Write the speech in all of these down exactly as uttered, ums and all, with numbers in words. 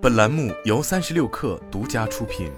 本栏目由三十六氪独家出品。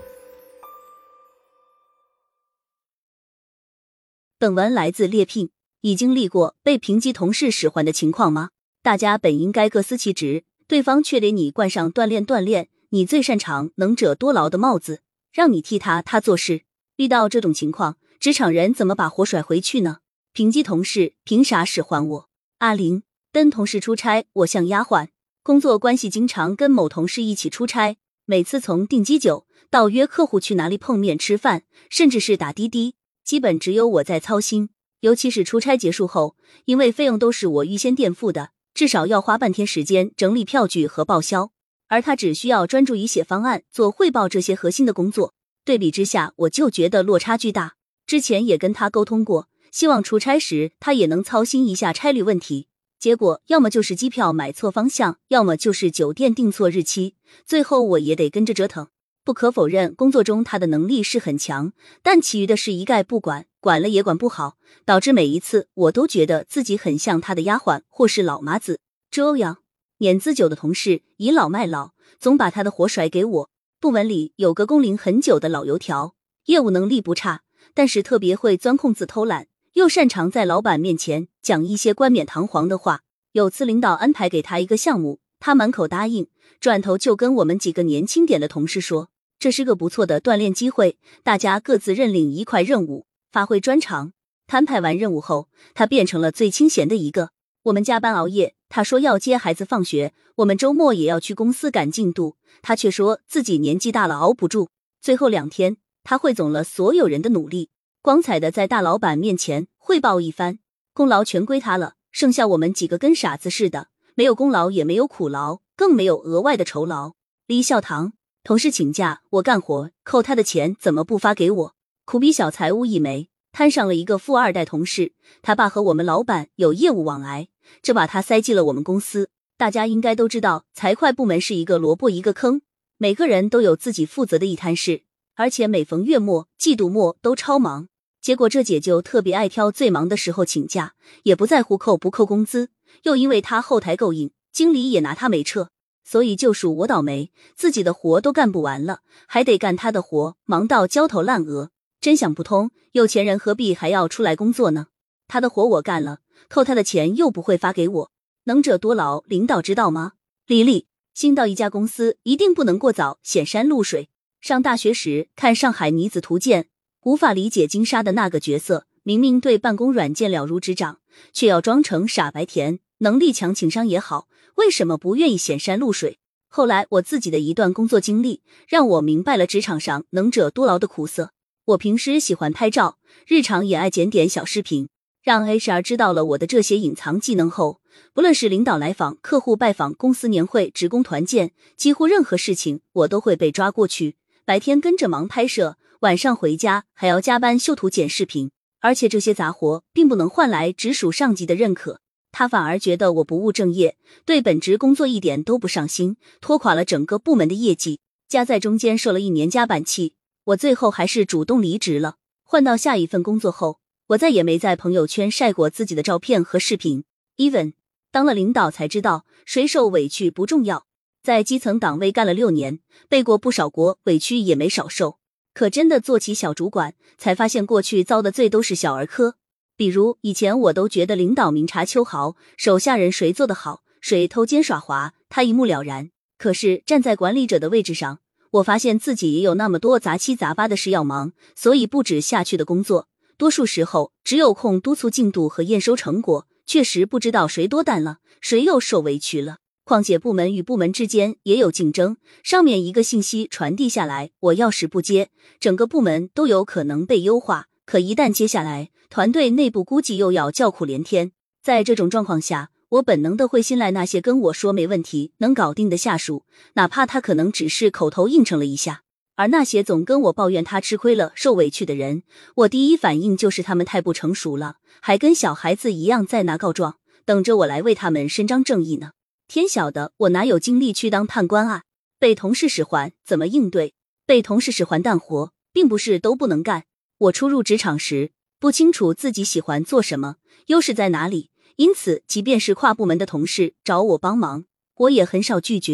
本文来自猎聘。已经历过被评级同事使唤的情况吗？大家本应该各司其职，对方却给你冠上锻炼锻炼你最擅长能者多劳的帽子，让你替他他做事。遇到这种情况，职场人怎么把活甩回去呢？评级同事凭啥使唤我？阿玲，跟同事出差，我像丫鬟，工作关系经常跟某同事一起出差，每次从订机酒到约客户去哪里碰面吃饭，甚至是打滴滴，基本只有我在操心。尤其是出差结束后，因为费用都是我预先垫付的，至少要花半天时间整理票据和报销，而他只需要专注于写方案、做汇报这些核心的工作。对比之下，我就觉得落差巨大。之前也跟他沟通过，希望出差时他也能操心一下差旅问题，结果要么就是机票买错方向，要么就是酒店订错日期，最后我也得跟着折腾。不可否认，工作中他的能力是很强，但其余的事一概不管，管了也管不好，导致每一次我都觉得自己很像他的丫鬟或是老妈子。周阳，年资久的同事倚老卖老，总把他的活甩给我。部门里有个工龄很久的老油条，业务能力不差，但是特别会钻空子偷懒，又擅长在老板面前讲一些冠冕堂皇的话。有次领导安排给他一个项目，他满口答应，转头就跟我们几个年轻点的同事说，这是个不错的锻炼机会，大家各自认领一块任务，发挥专长。摊派完任务后，他变成了最清闲的一个。我们加班熬夜，他说要接孩子放学，我们周末也要去公司赶进度，他却说自己年纪大了熬不住。最后两天，他汇总了所有人的努力，光彩的在大老板面前汇报一番，功劳全归他了，剩下我们几个跟傻子似的，没有功劳也没有苦劳，更没有额外的酬劳。李笑堂，同事请假，我干活，扣他的钱怎么不发给我？苦逼小财务一枚，摊上了一个富二代同事，他爸和我们老板有业务往来，这把他塞进了我们公司。大家应该都知道，财会部门是一个萝卜一个坑，每个人都有自己负责的一摊事，而且每逢月末、季度末都超忙。结果这姐就特别爱挑最忙的时候请假，也不在乎扣不扣工资，又因为他后台够硬，经理也拿他没辙。所以就属我倒霉，自己的活都干不完了，还得干他的活，忙到焦头烂额。真想不通，有钱人何必还要出来工作呢？他的活我干了，扣他的钱又不会发给我，能者多劳，领导知道吗？李丽，新到一家公司一定不能过早显山露水。上大学时看《上海女子图鉴》，无法理解金莎的那个角色，明明对办公软件了如指掌，却要装成傻白甜，能力强情商也好，为什么不愿意显山露水？后来我自己的一段工作经历，让我明白了职场上能者多劳的苦涩。我平时喜欢拍照，日常也爱剪点小视频，让 H R 知道了我的这些隐藏技能后，不论是领导来访、客户拜访、公司年会、职工团建，几乎任何事情我都会被抓过去。白天跟着忙拍摄，晚上回家还要加班修图剪视频，而且这些杂活并不能换来直属上级的认可，他反而觉得我不务正业，对本职工作一点都不上心，拖垮了整个部门的业绩，夹在中间受了一年夹板气。我最后还是主动离职了。换到下一份工作后，我再也没在朋友圈晒过自己的照片和视频。even 当了领导才知道，谁受委屈不重要。在基层岗位干了六年，背过不少锅，委屈也没少受。可真的做起小主管，才发现过去遭的罪都是小儿科。比如以前我都觉得领导明察秋毫，手下人谁做得好，谁偷奸耍滑，他一目了然。可是站在管理者的位置上，我发现自己也有那么多杂七杂八的事要忙，所以不止下去的工作，多数时候只有空督促进度和验收成果，确实不知道谁多担了，谁又受委屈了。况且部门与部门之间也有竞争，上面一个信息传递下来，我要是不接，整个部门都有可能被优化，可一旦接下来，团队内部估计又要叫苦连天。在这种状况下，我本能的会信赖那些跟我说没问题能搞定的下属，哪怕他可能只是口头应承了一下。而那些总跟我抱怨他吃亏了受委屈的人，我第一反应就是他们太不成熟了，还跟小孩子一样在拿告状，等着我来为他们伸张正义呢。天晓得我哪有精力去当判官啊。被同事使唤怎么应对？被同事使唤干活并不是都不能干。我初入职场时不清楚自己喜欢做什么，优势在哪里，因此即便是跨部门的同事找我帮忙，我也很少拒绝。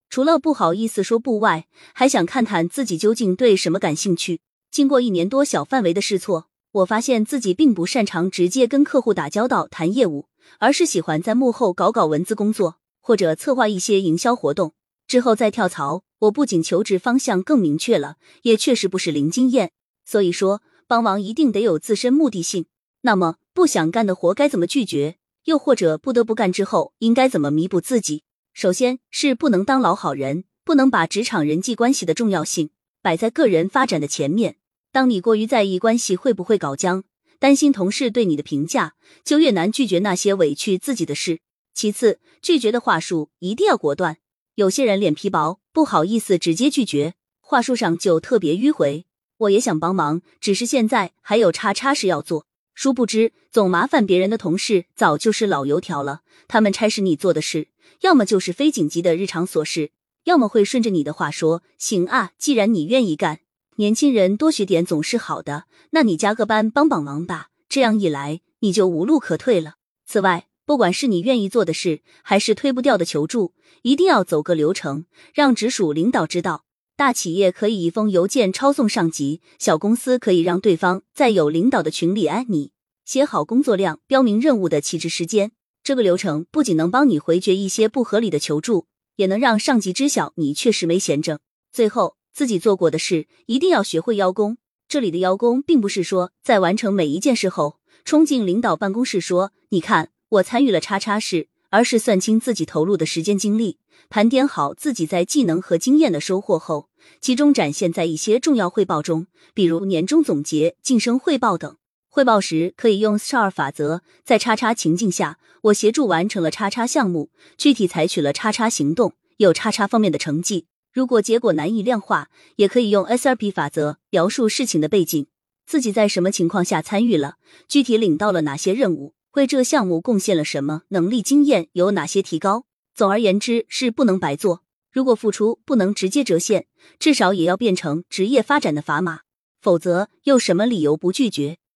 除了不好意思说不外，还想看看自己究竟对什么感兴趣。经过一年多小范围的试错，我发现自己并不擅长直接跟客户打交道谈业务，而是喜欢在幕后搞搞文字工作，或者策划一些营销活动。之后再跳槽，我不仅求职方向更明确了，也确实不是零经验。所以说，帮忙一定得有自身目的性。那么，不想干的活该怎么拒绝？又或者不得不干之后，应该怎么弥补自己？首先是不能当老好人，不能把职场人际关系的重要性摆在个人发展的前面。当你过于在意关系会不会搞僵，担心同事对你的评价，就越难拒绝那些委屈自己的事。其次，拒绝的话术一定要果断。有些人脸皮薄，不好意思直接拒绝，话术上就特别迂回。我也想帮忙，只是现在还有叉叉事要做。殊不知，总麻烦别人的同事早就是老油条了，他们差使你做的事，要么就是非紧急的日常琐事，要么会顺着你的话说，行啊，既然你愿意干，年轻人多学点总是好的，那你加个班帮帮忙吧，这样一来，你就无路可退了。此外，不管是你愿意做的事，还是推不掉的求助，一定要走个流程，让直属领导知道。大企业可以一封邮件抄送上级，小公司可以让对方在有领导的群里安你，写好工作量，标明任务的起止时间。这个流程不仅能帮你回绝一些不合理的求助，也能让上级知晓你确实没闲着。最后，自己做过的事一定要学会邀功。这里的邀功并不是说在完成每一件事后冲进领导办公室说，你看我参与了叉叉事，而是算清自己投入的时间精力，盘点好自己在技能和经验的收获后，集中展现在一些重要汇报中，比如年终总结、晋升汇报等。汇报时可以用 S T A R 法则，在叉叉情境下，我协助完成了叉叉项目，具体采取了叉叉行动，有叉叉方面的成绩。如果结果难以量化，也可以用 S R P 法则描述事情的背景，自己在什么情况下参与了，具体领到了哪些任务，为这项目贡献了什么，能力经验有哪些提高。总而言之，是不能白做。如果付出不能直接折现，至少也要变成职业发展的砝码，否则又什么理由不拒绝？